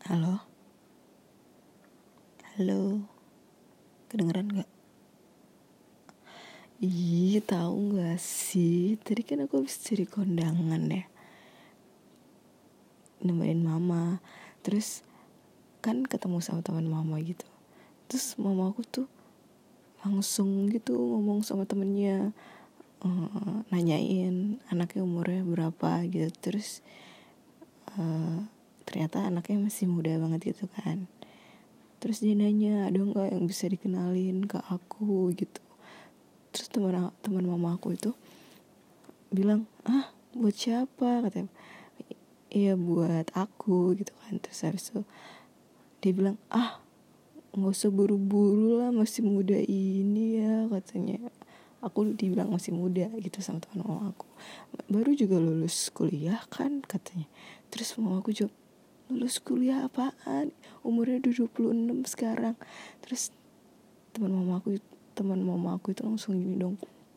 Halo, halo, kedengeran nggak? Ih, tahu nggak sih? Tadi kan aku habis cari kondangan ya, nemenin mama. Terus kan ketemu sama teman mama gitu. Terus mama aku tuh langsung gitu ngomong sama temennya, nanyain anaknya umurnya berapa gitu. Terus ternyata anaknya masih muda banget gitu kan. Terus dia nanya, ada nggak yang bisa dikenalin ke aku gitu. Terus teman mama aku itu bilang, buat siapa, katanya. Iya, buat aku gitu kan. Terus habis itu dia bilang, nggak usah buru-buru lah, masih muda ini ya, katanya. Aku dibilang masih muda gitu sama teman mama aku, baru juga lulus kuliah kan, katanya. Terus mama aku jawab, lulus kuliah apaan, umurnya udah 26 sekarang. Terus teman mama aku itu langsung gini dong,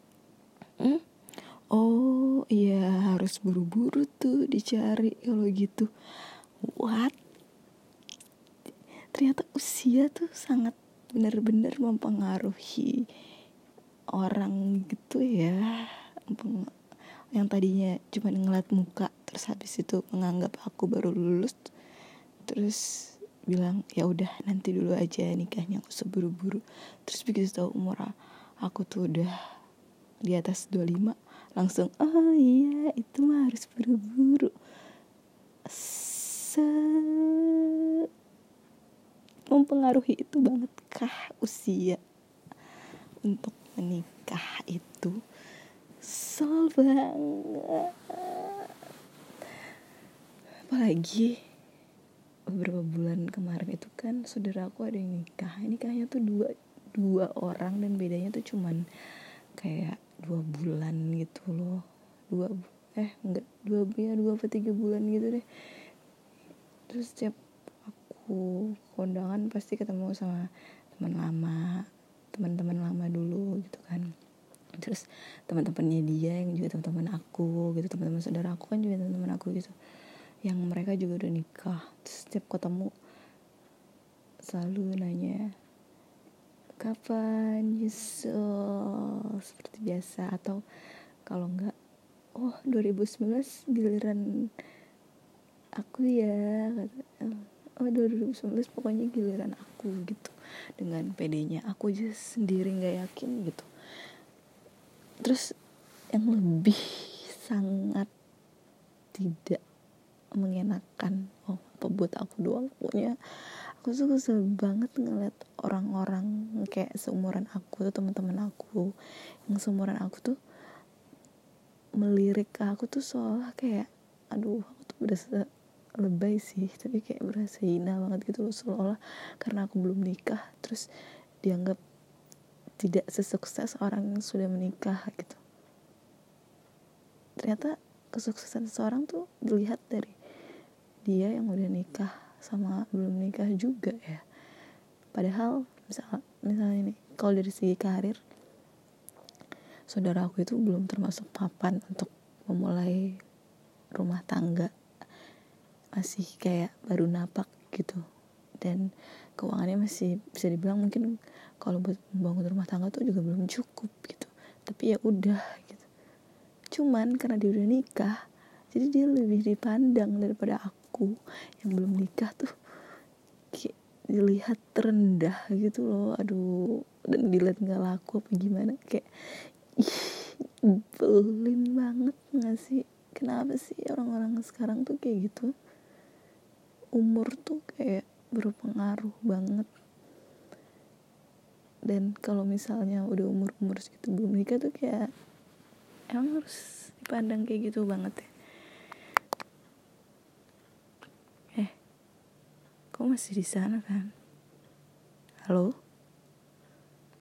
oh iya, harus buru-buru tuh dicari kalau gitu. What? Ternyata usia tuh sangat benar-benar mempengaruhi orang gitu ya. Yang tadinya cuma ngeliat muka, terus habis itu menganggap aku baru lulus, terus bilang ya udah nanti dulu aja nikahnya, nggak usah buru-buru. Terus begitu tahu umur aku tuh udah di atas 25, langsung oh iya itu mah harus buru-buru. Mempengaruhi itu banget kah usia untuk menikah itu? Kesel banget. Apalagi beberapa bulan kemarin itu kan saudara aku ada yang nikahnya tuh dua orang, dan bedanya tuh cuman kayak 2 bulan gitu loh. dua atau 3 bulan gitu deh. Terus setiap aku kondangan pasti ketemu sama teman-teman lama dulu gitu kan. Terus teman-temannya dia yang juga teman-teman aku gitu, teman-teman saudara aku kan juga teman-teman aku gitu, yang mereka juga udah nikah. Terus setiap ketemu selalu nanya, kapan nyusul, seperti biasa. Atau kalau enggak, 2019 giliran aku ya, kata. 2019 pokoknya giliran aku gitu. Dengan pedenya aku aja sendiri gak yakin gitu. Terus yang lebih sangat tidak mengenakan, apa buat aku doang, pokoknya aku tuh kesel banget ngeliat orang-orang kayak seumuran aku tuh, teman-teman aku yang seumuran aku tuh melirik ke aku tuh seolah kayak, aku tuh berasa lebay sih, tapi kayak berasa hina banget gitu loh, seolah karena aku belum nikah terus dianggap tidak sesukses orang yang sudah menikah gitu. Ternyata kesuksesan seseorang tuh dilihat dari dia yang udah nikah sama belum nikah juga ya. Padahal misalnya nih, kalau dari segi karir, saudara aku itu belum termasuk papan untuk memulai rumah tangga, masih kayak baru napak gitu, dan keuangannya masih bisa dibilang mungkin kalau buat membangun rumah tangga tuh juga belum cukup gitu. Tapi ya udah gitu. Cuman karena dia udah nikah, jadi dia lebih dipandang daripada aku yang belum nikah tuh, kayak dilihat rendah gitu loh. Dan dilihat nggak laku apa gimana, kayak belin banget nggak sih? Kenapa sih orang-orang sekarang tuh kayak gitu? Umur tuh kayak berpengaruh banget. Dan kalau misalnya udah umur segitu belum nikah tuh kayak emang harus dipandang kayak gitu banget ya. Kok masih di sana kan? Halo?